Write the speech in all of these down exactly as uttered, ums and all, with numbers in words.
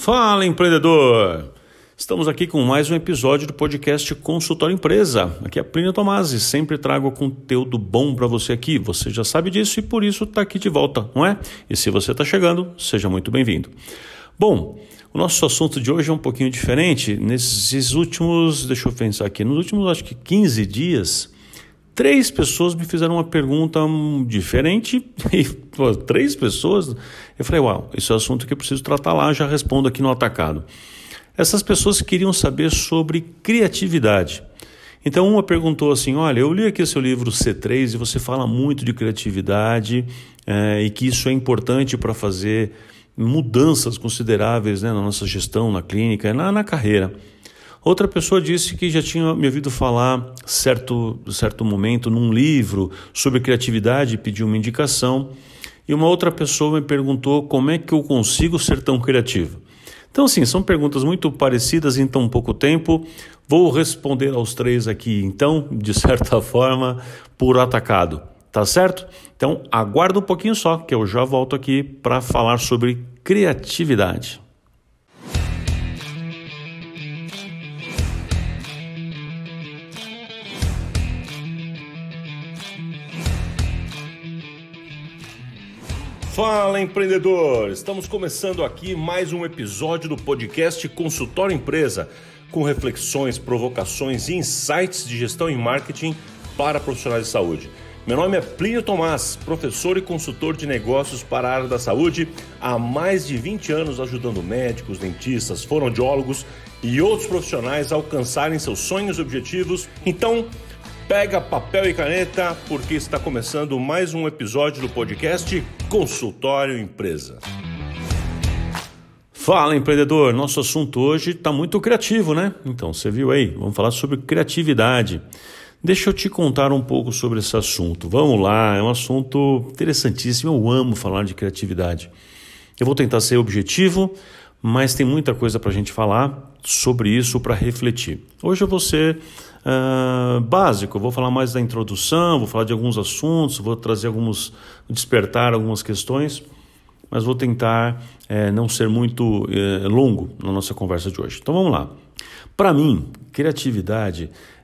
Fala, empreendedor! Estamos aqui com mais um episódio do podcast Consultório Empresa. Aqui é Plínio Tomasi, sempre trago conteúdo bom para você aqui. Você já sabe disso e por isso está aqui de volta, não é? E se você está chegando, seja muito bem-vindo. Bom, o nosso assunto de hoje é um pouquinho diferente. Nesses últimos, deixa eu pensar aqui, nos últimos acho que quinze dias, três pessoas me fizeram uma pergunta diferente e pô, três pessoas, eu falei, uau, esse é um assunto que eu preciso tratar lá, já respondo aqui no atacado. Essas pessoas queriam saber sobre criatividade. Então uma perguntou assim, olha, eu li aqui seu livro C três e você fala muito de criatividade é, e que isso é importante para fazer mudanças consideráveis, né, na nossa gestão, na clínica, na, na carreira. Outra pessoa disse que já tinha me ouvido falar certo certo momento num livro sobre criatividade e pediu uma indicação. E uma outra pessoa me perguntou como é que eu consigo ser tão criativo. Então, assim, são perguntas muito parecidas em tão pouco tempo. Vou responder aos três aqui, então, de certa forma, por atacado. Tá certo? Então, aguarda um pouquinho só, que eu já volto aqui para falar sobre criatividade. Fala, empreendedor! Estamos começando aqui mais um episódio do podcast Consultório Empresa, com reflexões, provocações e insights de gestão e marketing para profissionais de saúde. Meu nome é Plínio Tomasi, professor e consultor de negócios para a área da saúde, há mais de vinte anos ajudando médicos, dentistas, fonoaudiólogos e outros profissionais a alcançarem seus sonhos e objetivos. Então, pega papel e caneta, porque está começando mais um episódio do podcast Consultório Empresa. Fala, empreendedor! Nosso assunto hoje está muito criativo, né? Então, você viu aí, vamos falar sobre criatividade. Deixa eu te contar um pouco sobre esse assunto. Vamos lá, é um assunto interessantíssimo, eu amo falar de criatividade. Eu vou tentar ser objetivo, mas tem muita coisa para a gente falar sobre isso, para refletir. Hoje eu vou ser uh, básico, eu vou falar mais da introdução, vou falar de alguns assuntos, vou trazer alguns, despertar algumas questões, mas vou tentar é, não ser muito é, longo na nossa conversa de hoje. Então vamos lá. Para mim, criatividade,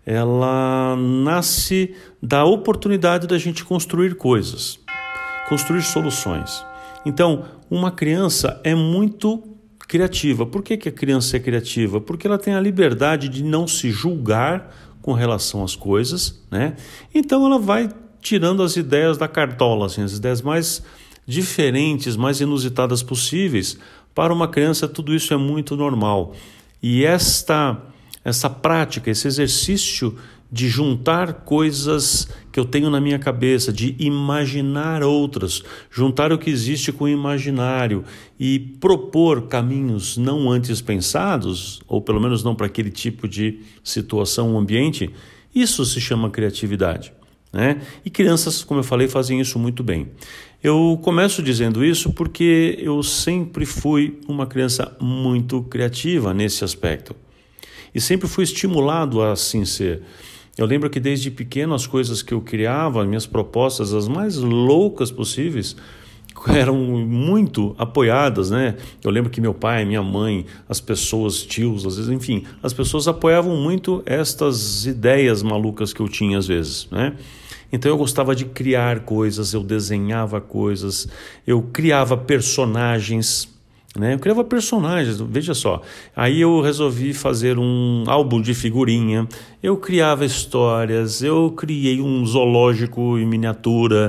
ela nasce da oportunidade da gente construir coisas, construir soluções. Então, uma criança é muito criativa. Por que que a criança é criativa? Porque ela tem a liberdade de não se julgar com relação às coisas, né? Então ela vai tirando as ideias da cartola, assim, as ideias mais diferentes, mais inusitadas possíveis. Para uma criança tudo isso é muito normal. E esta, essa prática, esse exercício de juntar coisas que eu tenho na minha cabeça, de imaginar outras, juntar o que existe com o imaginário e propor caminhos não antes pensados, ou pelo menos não para aquele tipo de situação ou ambiente, isso se chama criatividade, né? E crianças, como eu falei, fazem isso muito bem. Eu começo dizendo isso porque eu sempre fui uma criança muito criativa nesse aspecto e sempre fui estimulado a assim ser. Eu lembro que desde pequeno as coisas que eu criava, as minhas propostas, as mais loucas possíveis, eram muito apoiadas, né? Eu lembro que meu pai, minha mãe, as pessoas, tios, às vezes, enfim, as pessoas apoiavam muito estas ideias malucas que eu tinha às vezes, né? Então eu gostava de criar coisas, eu desenhava coisas, eu criava personagens, né? Eu criava personagens, veja só. Aí eu resolvi fazer um álbum de figurinha, eu criava histórias, eu criei um zoológico em miniatura,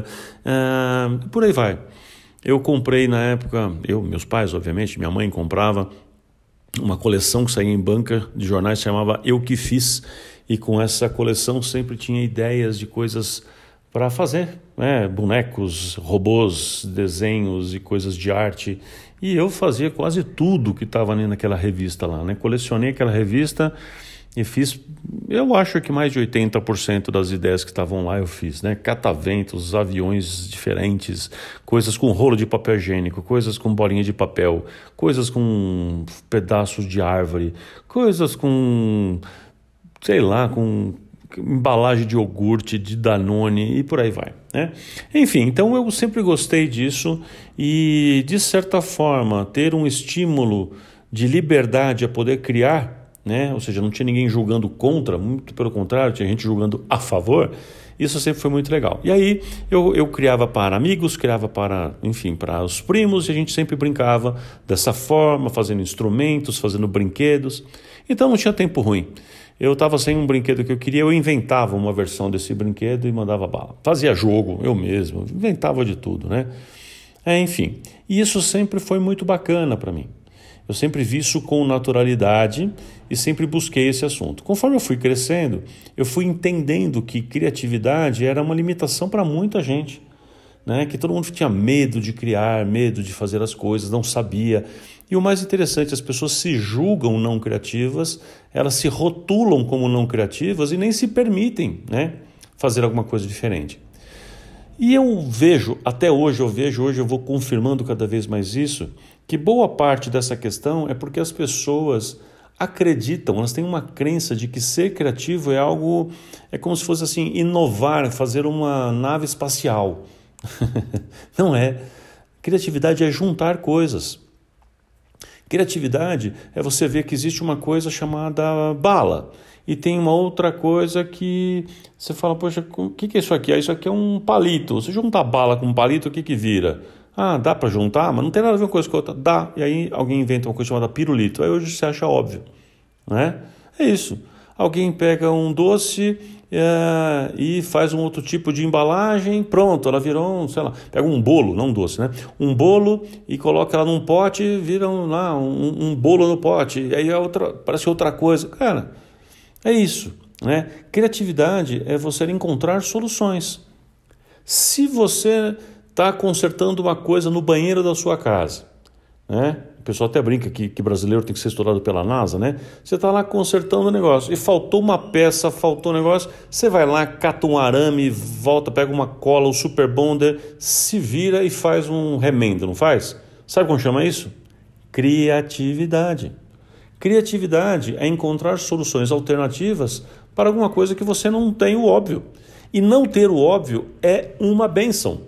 uh, por aí vai. Eu comprei na época, eu, meus pais, obviamente, minha mãe comprava uma coleção que saía em banca de jornais, chamava Eu Que Fiz, e com essa coleção sempre tinha ideias de coisas para fazer, né? Bonecos, robôs, desenhos e coisas de arte. E eu fazia quase tudo que estava ali naquela revista lá, né? Colecionei aquela revista e fiz, eu acho que mais de oitenta por cento das ideias que estavam lá eu fiz, né? Cataventos, aviões diferentes, coisas com rolo de papel higiênico, coisas com bolinha de papel, coisas com pedaços de árvore, coisas com, sei lá, com embalagem de iogurte, de Danone e por aí vai, né? Enfim, então eu sempre gostei disso e, de certa forma, ter um estímulo de liberdade a poder criar, né? Ou seja, não tinha ninguém julgando contra, muito pelo contrário, tinha gente julgando a favor. Isso sempre foi muito legal. E aí eu, eu criava para amigos, criava para, enfim, para os primos, e a gente sempre brincava dessa forma, fazendo instrumentos, fazendo brinquedos. Então não tinha tempo ruim. Eu estava sem um brinquedo que eu queria, eu inventava uma versão desse brinquedo e mandava bala. Fazia jogo, eu mesmo, inventava de tudo, né? É, enfim, e isso sempre foi muito bacana para mim. Eu sempre vi isso com naturalidade e sempre busquei esse assunto. Conforme eu fui crescendo, eu fui entendendo que criatividade era uma limitação para muita gente, né? Que todo mundo tinha medo de criar, medo de fazer as coisas, não sabia. E o mais interessante, as pessoas se julgam não criativas, elas se rotulam como não criativas e nem se permitem, né, fazer alguma coisa diferente. E eu vejo, até hoje eu vejo, hoje eu vou confirmando cada vez mais isso, que boa parte dessa questão é porque as pessoas acreditam, elas têm uma crença de que ser criativo é algo, é como se fosse assim, inovar, fazer uma nave espacial. Não é. Criatividade é juntar coisas. Criatividade é você ver que existe uma coisa chamada bala e tem uma outra coisa que você fala, poxa, o que, que é isso aqui? Ah, isso aqui é um palito. Você junta bala com um palito, o que que vira? Ah, dá para juntar? Mas não tem nada a ver uma coisa com a outra. Dá. E aí alguém inventa uma coisa chamada pirulito. Aí hoje você acha óbvio, né? É isso. Alguém pega um doce é, e faz um outro tipo de embalagem, pronto, ela virou, um, sei lá, pega um bolo, não um doce, né? Um bolo e coloca ela num pote e vira um, lá, um, um bolo no pote. E aí é outra, parece outra coisa. Cara, é isso, né? Criatividade é você encontrar soluções. Se você está consertando uma coisa no banheiro da sua casa, né? O pessoal até brinca que, que brasileiro tem que ser estudado pela NASA, né? Você está lá consertando o negócio e faltou uma peça, faltou um negócio, você vai lá, cata um arame, volta, pega uma cola, o super bonder, se vira e faz um remendo, não faz? Sabe como chama isso? Criatividade. Criatividade é encontrar soluções alternativas para alguma coisa que você não tem o óbvio. E não ter o óbvio é uma bênção.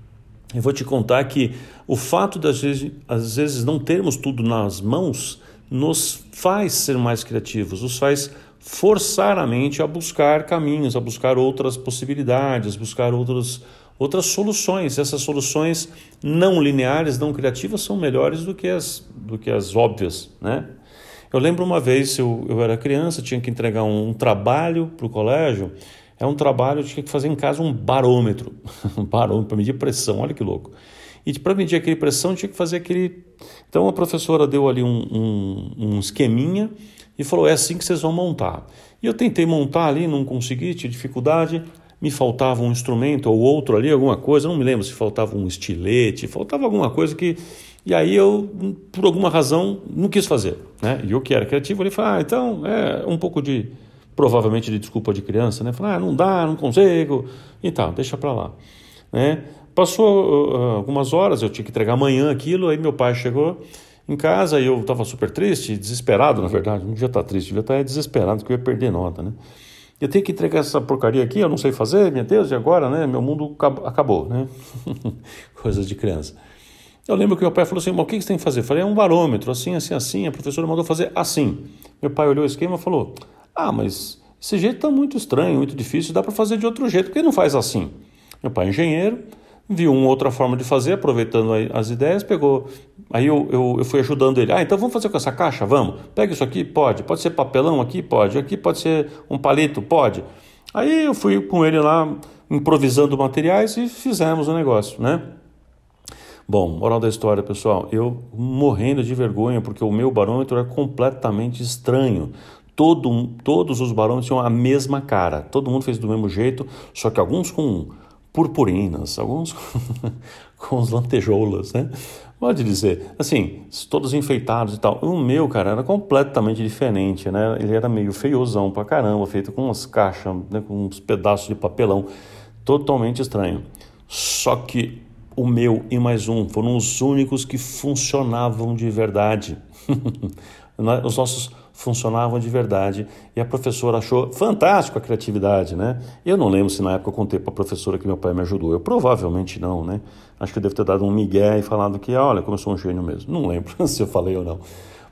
Eu vou te contar que o fato de às vezes, às vezes não termos tudo nas mãos nos faz ser mais criativos, nos faz forçar a mente a buscar caminhos, a buscar outras possibilidades, buscar outros, outras soluções. Essas soluções não lineares, não criativas, são melhores do que as, do que as óbvias, né? Eu lembro uma vez, eu, eu era criança, tinha que entregar um, um trabalho para o colégio. É um trabalho, eu tinha que fazer em casa um barômetro, um barômetro para medir pressão, olha que louco. E para medir aquele pressão tinha que fazer aquele... Então a professora deu ali um, um, um esqueminha e falou, é assim que vocês vão montar. E eu tentei montar ali, não consegui, tinha dificuldade, me faltava um instrumento ou outro ali, alguma coisa, não me lembro se faltava um estilete, faltava alguma coisa que... E aí eu, por alguma razão, não quis fazer, né? E eu que era criativo, ele falou, ah, então é um pouco de... provavelmente de desculpa de criança, né? Falar, ah, não dá, não consigo, e tal, deixa pra lá, né? Passou uh, algumas horas, eu tinha que entregar amanhã aquilo, aí meu pai chegou em casa e eu estava super triste, desesperado, na verdade, não devia estar triste, devia estar desesperado, porque eu ia perder nota, né? Eu tenho que entregar essa porcaria aqui, eu não sei fazer, meu Deus, e agora, né? Meu mundo acabou, né? Coisas de criança. Eu lembro que meu pai falou assim, o que você tem que fazer? Eu falei, é um barômetro, assim, assim, assim, a professora mandou fazer assim. Meu pai olhou o esquema e falou, ah, mas esse jeito está muito estranho, muito difícil, dá para fazer de outro jeito, por que não faz assim? Meu pai é engenheiro, viu uma outra forma de fazer, aproveitando as ideias, pegou, aí eu, eu, eu fui ajudando ele, ah, então vamos fazer com essa caixa, vamos, pega isso aqui, pode, pode ser papelão aqui, pode, aqui pode ser um palito, pode. Aí eu fui com ele lá, improvisando materiais e fizemos o negócio, né? Bom, moral da história, pessoal, eu morrendo de vergonha, porque o meu barômetro era completamente estranho. Todo, todos os barômetros tinham a mesma cara, todo mundo fez do mesmo jeito, só que alguns com purpurinas, alguns com as lantejoulas, né? Pode dizer, assim, todos enfeitados e tal. O meu, cara, era completamente diferente, né? Ele era meio feiozão pra caramba, feito com umas caixas, né? Com uns pedaços de papelão, totalmente estranho. Só que o meu e mais um foram os únicos que funcionavam de verdade. Os nossos funcionavam de verdade e a professora achou fantástico a criatividade, né? Eu não lembro se na época eu contei para a professora que meu pai me ajudou. Eu provavelmente não, né? Acho que eu devo ter dado um migué e falado que, olha, como eu sou um gênio mesmo. Não lembro se eu falei ou não.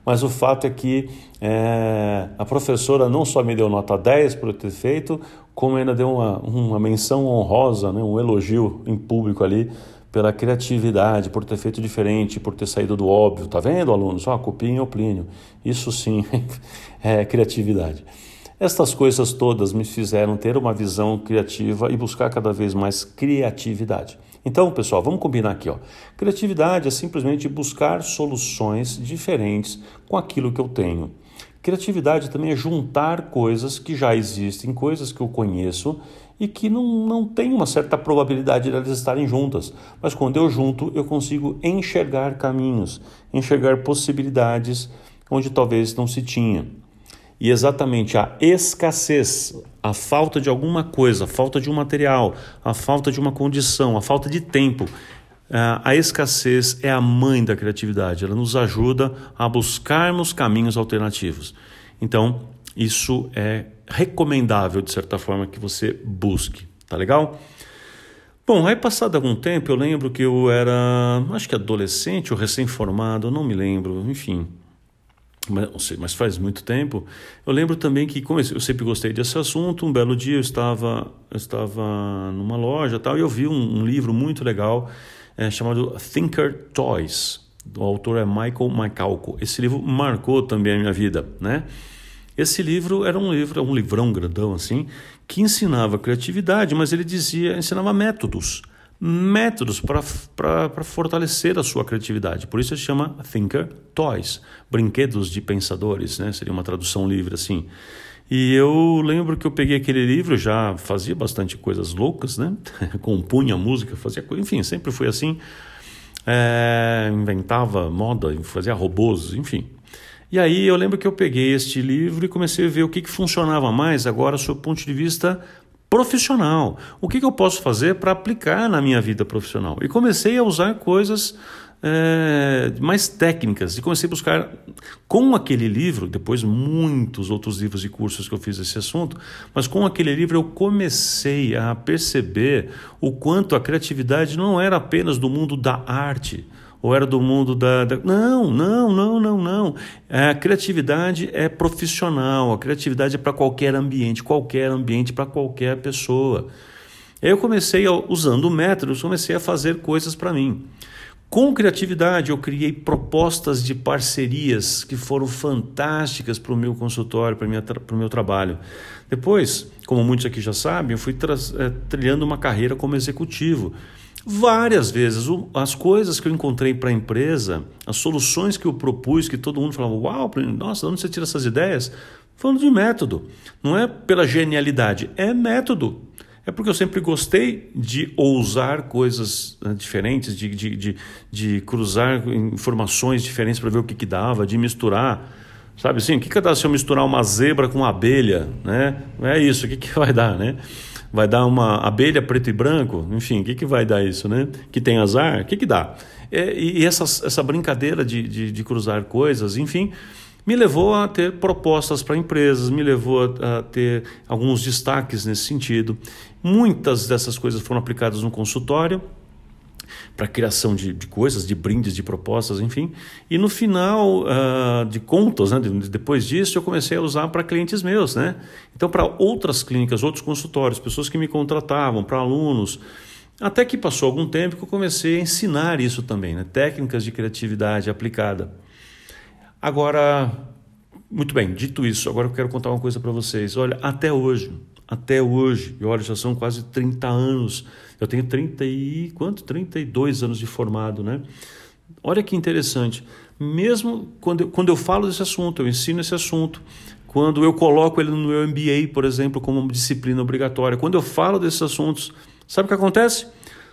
Mas o fato é que é, a professora não só me deu nota dez por eu ter feito, como ainda deu uma, uma menção honrosa, né, um elogio em público ali, pela criatividade, por ter feito diferente, por ter saído do óbvio. Tá vendo, alunos? Ó, copiem o Plínio. Isso sim é criatividade. Estas coisas todas me fizeram ter uma visão criativa e buscar cada vez mais criatividade. Então, pessoal, vamos combinar aqui, ó. Criatividade é simplesmente buscar soluções diferentes com aquilo que eu tenho. Criatividade também é juntar coisas que já existem, coisas que eu conheço e que não, não tem uma certa probabilidade de elas estarem juntas. Mas quando eu junto, eu consigo enxergar caminhos, enxergar possibilidades onde talvez não se tinha. E exatamente a escassez, a falta de alguma coisa, a falta de um material, a falta de uma condição, a falta de tempo, a escassez é a mãe da criatividade. Ela nos ajuda a buscarmos caminhos alternativos. Então, isso é recomendável, de certa forma, que você busque. Tá legal? Bom, aí passado algum tempo, eu lembro que eu era, acho que adolescente ou recém-formado, não me lembro, enfim... Mas, não sei, mas faz muito tempo. Eu lembro também que, como eu sempre gostei desse assunto, um belo dia eu estava, eu estava numa loja tal, e eu vi um, um livro muito legal é, chamado Thinker Toys. O autor é Michael Michalko. Esse livro marcou também a minha vida, né? Esse livro era um livro, um livrão grandão assim, que ensinava criatividade, mas ele dizia, ensinava métodos. métodos para fortalecer a sua criatividade. Por isso se chama Thinker Toys, brinquedos de pensadores, né? Seria uma tradução livre assim. E eu lembro que eu peguei aquele livro, já fazia bastante coisas loucas, né? Compunha música, fazia coisa, enfim, sempre foi assim. É, inventava moda, fazia robôs, enfim. E aí eu lembro que eu peguei este livro e comecei a ver o que, que funcionava mais agora sob o ponto de vista profissional. O que, que eu posso fazer para aplicar na minha vida profissional? E comecei a usar coisas é, mais técnicas. E comecei a buscar, com aquele livro, depois muitos outros livros e cursos que eu fiz desse assunto, mas com aquele livro eu comecei a perceber o quanto a criatividade não era apenas do mundo da arte, ou era do mundo da... da... Não, não, não, não, não. A criatividade é profissional, a criatividade é para qualquer ambiente, qualquer ambiente, para qualquer pessoa. Eu comecei, usando métodos, comecei a fazer coisas para mim. Com criatividade, eu criei propostas de parcerias que foram fantásticas para o meu consultório, para o meu trabalho. Depois, como muitos aqui já sabem, eu fui tra- trilhando uma carreira como executivo. Várias vezes, as coisas que eu encontrei para a empresa, as soluções que eu propus, que todo mundo falava, uau, nossa, de onde você tira essas ideias? Falando de método, não é pela genialidade, é método. É porque eu sempre gostei de ousar coisas diferentes, de, de, de, de cruzar informações diferentes para ver o que, que dava, de misturar. Sabe assim, o que, que dá se eu misturar uma zebra com uma abelha? Né? É isso, o que, que vai dar, né? Vai dar uma abelha preto e branco? Enfim, o que, que vai dar isso, né? Que tem azar? O que, que dá? É, e essa, essa brincadeira de, de, de cruzar coisas, enfim, me levou a ter propostas para empresas, me levou a, a ter alguns destaques nesse sentido. Muitas dessas coisas foram aplicadas no consultório, para a criação de, de coisas, de brindes, de propostas, enfim. E no final uh, de contas, né, depois disso, eu comecei a usar para clientes meus, né? Então, para outras clínicas, outros consultórios, pessoas que me contratavam, para alunos. Até que passou algum tempo que eu comecei a ensinar isso também, né? Técnicas de criatividade aplicada. Agora, muito bem, dito isso, agora eu quero contar uma coisa para vocês. Olha, até hoje, até hoje, e olha, já são quase trinta anos, eu tenho trinta e... quanto? trinta e dois anos de formado, né? Olha que interessante, mesmo quando eu, quando eu falo desse assunto, eu ensino esse assunto, quando eu coloco ele no meu M B A, por exemplo, como uma disciplina obrigatória, quando eu falo desses assuntos, sabe o que acontece?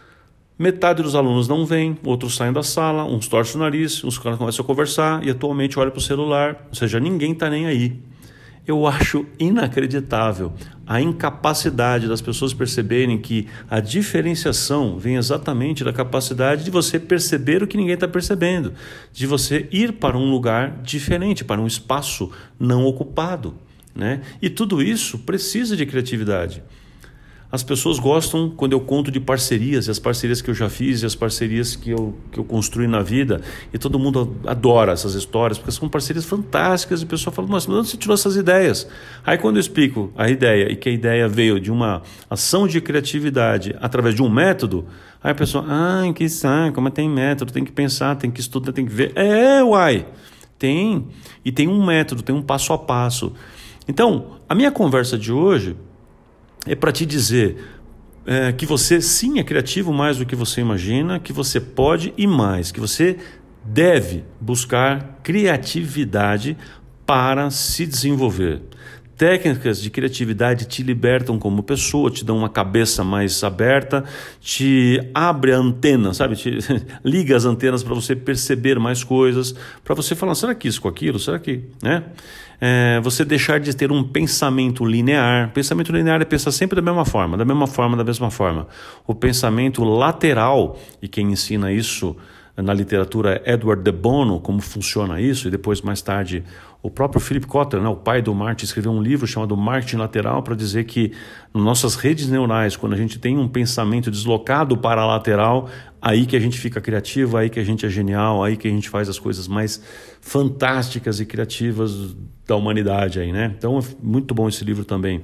Metade dos alunos não vem, outros saem da sala, uns torcem o nariz, uns começam a conversar e atualmente olham para o celular, ou seja, ninguém está nem aí. Eu acho inacreditável a incapacidade das pessoas perceberem que a diferenciação vem exatamente da capacidade de você perceber o que ninguém está percebendo, de você ir para um lugar diferente, para um espaço não ocupado, né? E tudo isso precisa de criatividade. as pessoas gostam quando eu conto de parcerias, e as parcerias que eu já fiz, e as parcerias que eu, que eu construí na vida, e todo mundo adora essas histórias, porque são parcerias fantásticas, e o pessoal fala, nossa, mas onde você tirou essas ideias? Aí quando eu explico a ideia, e que a ideia veio de uma ação de criatividade através de um método, aí a pessoa, ah, que saco, mas tem método, tem que pensar, tem que estudar, tem que ver. É, uai, tem, e tem um método, tem um passo a passo. Então, a minha conversa de hoje é para te dizer é, que você sim é criativo mais do que você imagina, que você pode e mais, que você deve buscar criatividade para se desenvolver. Técnicas de criatividade te libertam como pessoa, te dão uma cabeça mais aberta, te abre a antena, sabe? Te liga as antenas para você perceber mais coisas, para você falar, será que isso com aquilo? Será que... né? É, você deixar de ter um pensamento linear. Pensamento linear é pensar sempre da mesma forma, da mesma forma, da mesma forma. O pensamento lateral, e quem ensina isso na literatura é Edward de Bono, como funciona isso, e depois mais tarde o próprio Philip Kotler, né, o pai do marketing, escreveu um livro chamado Marketing Lateral para dizer que nas nossas redes neurais, quando a gente tem um pensamento deslocado para a lateral, aí que a gente fica criativo, aí que a gente é genial, aí que a gente faz as coisas mais fantásticas e criativas da humanidade aí, né? Então é muito bom esse livro também.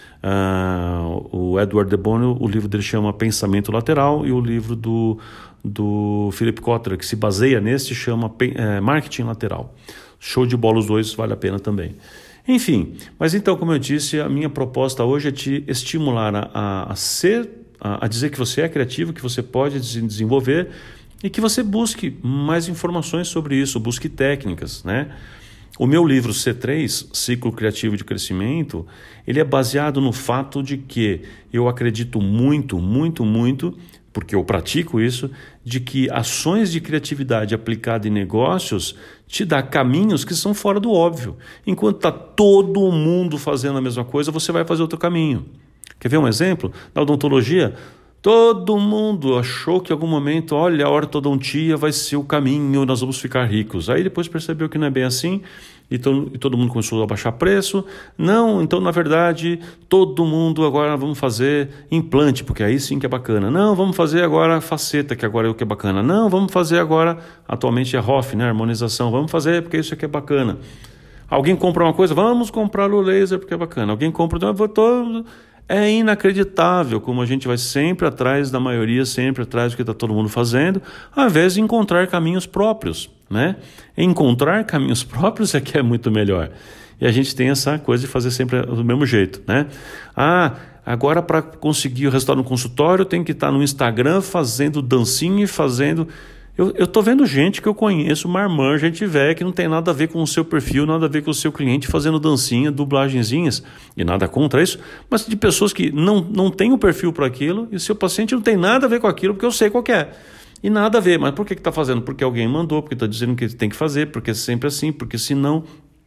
Uh, o Edward de Bono, o livro dele chama Pensamento Lateral, e o livro do, do Philip Kotler, que se baseia nesse, chama é, Marketing Lateral. Show de bola os dois, vale a pena também. Enfim, mas então, como eu disse, a minha proposta hoje é te estimular a, a, a ser, a, a dizer que você é criativo, que você pode desenvolver e que você busque mais informações sobre isso, busque técnicas, né? O meu livro C três, Ciclo Criativo de Crescimento, ele é baseado no fato de que eu acredito muito, muito, muito, porque eu pratico isso, de que ações de criatividade aplicada em negócios te dá caminhos que são fora do óbvio. Enquanto está todo mundo fazendo a mesma coisa, você vai fazer outro caminho. Quer ver um exemplo? Na odontologia, todo mundo achou que em algum momento, olha, a ortodontia vai ser o caminho, nós vamos ficar ricos. Aí depois percebeu que não é bem assim, e todo, e todo mundo começou a baixar preço. Não, então na verdade, todo mundo agora vamos fazer implante, porque aí sim que é bacana. Não, vamos fazer agora faceta, que agora é o que é bacana. Não, vamos fazer agora, atualmente é R O F, né, harmonização. Vamos fazer porque isso aqui é bacana. Alguém compra uma coisa, vamos comprar o laser porque é bacana. Alguém compra, eu tô... É inacreditável como a gente vai sempre atrás da maioria, sempre atrás do que está todo mundo fazendo, ao invés de encontrar caminhos próprios, né? Encontrar caminhos próprios é que é muito melhor. E a gente tem essa coisa de fazer sempre do mesmo jeito, né? Ah, agora para conseguir o resultado no consultório tem que estar no Instagram fazendo dancinha e fazendo... Eu estou vendo gente que eu conheço, marmã, gente velha, que não tem nada a ver com o seu perfil, nada a ver com o seu cliente, fazendo dancinha, dublagenzinhas, e nada contra isso, mas de pessoas que não, não têm o perfil para aquilo, e o seu paciente não tem nada a ver com aquilo, porque eu sei qual que é. E nada a ver, mas por que está fazendo? Porque alguém mandou, porque está dizendo que ele tem que fazer, porque é sempre assim, porque senão,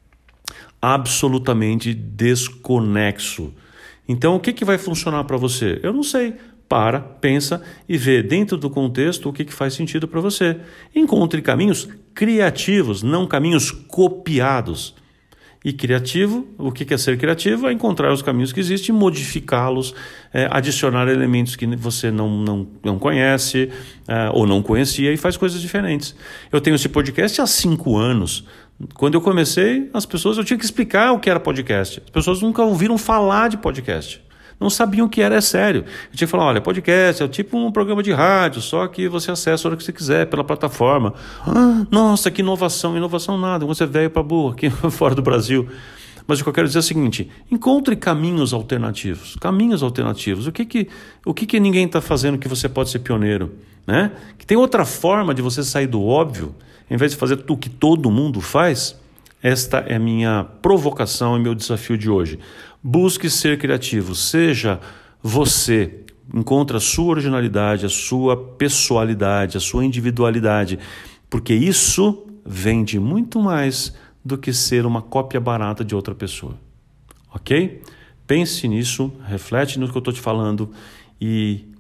absolutamente desconexo. Então, o que, que vai funcionar para você? Eu não sei. Para, pensa e vê dentro do contexto o que, que faz sentido para você. Encontre caminhos criativos, não caminhos copiados. E criativo, o que é ser criativo? É encontrar os caminhos que existem, modificá-los, é, adicionar elementos que você não, não, não conhece é, ou não conhecia e faz coisas diferentes. Eu tenho esse podcast há cinco anos. Quando eu comecei, as pessoas, eu tinha que explicar o que era podcast. As pessoas nunca ouviram falar de podcast. Não sabiam o que era, é sério. Eu tinha que falar, olha, podcast é tipo um programa de rádio, só que você acessa a hora que você quiser, pela plataforma. Ah, nossa, que inovação, inovação nada, você é velho para burro aqui fora do Brasil. Mas o que eu quero dizer é o seguinte, encontre caminhos alternativos, caminhos alternativos. O que que, o que, que ninguém está fazendo que você pode ser pioneiro? Né? Que tem outra forma de você sair do óbvio, em vez de fazer o que todo mundo faz. Esta é a minha provocação e meu desafio de hoje. Busque ser criativo, seja você, encontre a sua originalidade, a sua pessoalidade, a sua individualidade, porque isso vende muito mais do que ser uma cópia barata de outra pessoa. Ok? Pense nisso, reflete no que eu estou te falando e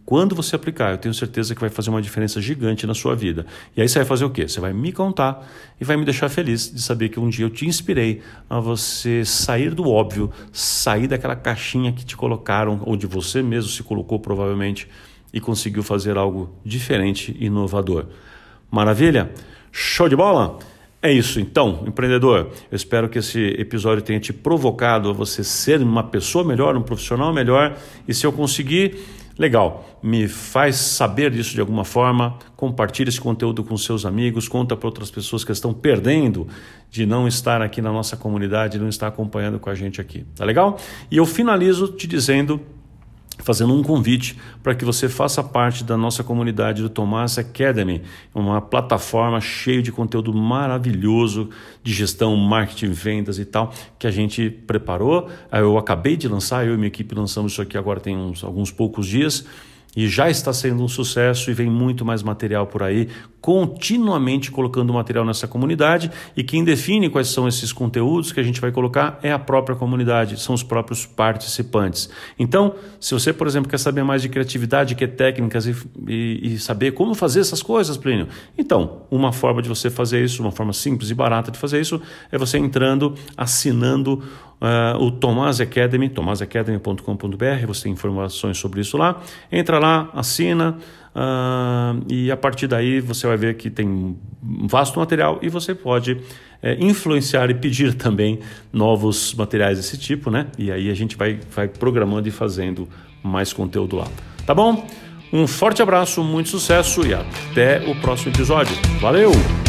quando você aplicar, eu tenho certeza que vai fazer uma diferença gigante na sua vida. E aí você vai fazer o quê? Você vai me contar e vai me deixar feliz de saber que um dia eu te inspirei a você sair do óbvio, sair daquela caixinha que te colocaram, ou de você mesmo se colocou provavelmente, e conseguiu fazer algo diferente e inovador. Maravilha? Show de bola? É isso então, empreendedor. Eu espero que esse episódio tenha te provocado a você ser uma pessoa melhor, um profissional melhor. E se eu conseguir, legal, me faz saber disso de alguma forma. Compartilhe esse conteúdo com seus amigos, conta para outras pessoas que estão perdendo de não estar aqui na nossa comunidade, não estar acompanhando com a gente aqui. Tá legal? E eu finalizo te dizendo, fazendo um convite para que você faça parte da nossa comunidade do Tomás Academy, uma plataforma cheia de conteúdo maravilhoso de gestão, marketing, vendas e tal, que a gente preparou. Eu acabei de lançar, eu e minha equipe lançamos isso aqui agora tem uns, alguns poucos dias, e já está sendo um sucesso e vem muito mais material por aí, continuamente colocando material nessa comunidade, e quem define quais são esses conteúdos que a gente vai colocar é a própria comunidade, são os próprios participantes. Então, se você, por exemplo, quer saber mais de criatividade, quer técnicas e, e, e saber como fazer essas coisas, Plínio, então, uma forma de você fazer isso, uma forma simples e barata de fazer isso, é você entrando, assinando Uh, o Tomás Academy, tomás academy ponto com ponto b r, você tem informações sobre isso lá. Entra lá, assina uh, e a partir daí você vai ver que tem um vasto material e você pode é, influenciar e pedir também novos materiais desse tipo, né? E aí a gente vai, vai programando e fazendo mais conteúdo lá. Tá bom? Um forte abraço, muito sucesso e até o próximo episódio. Valeu!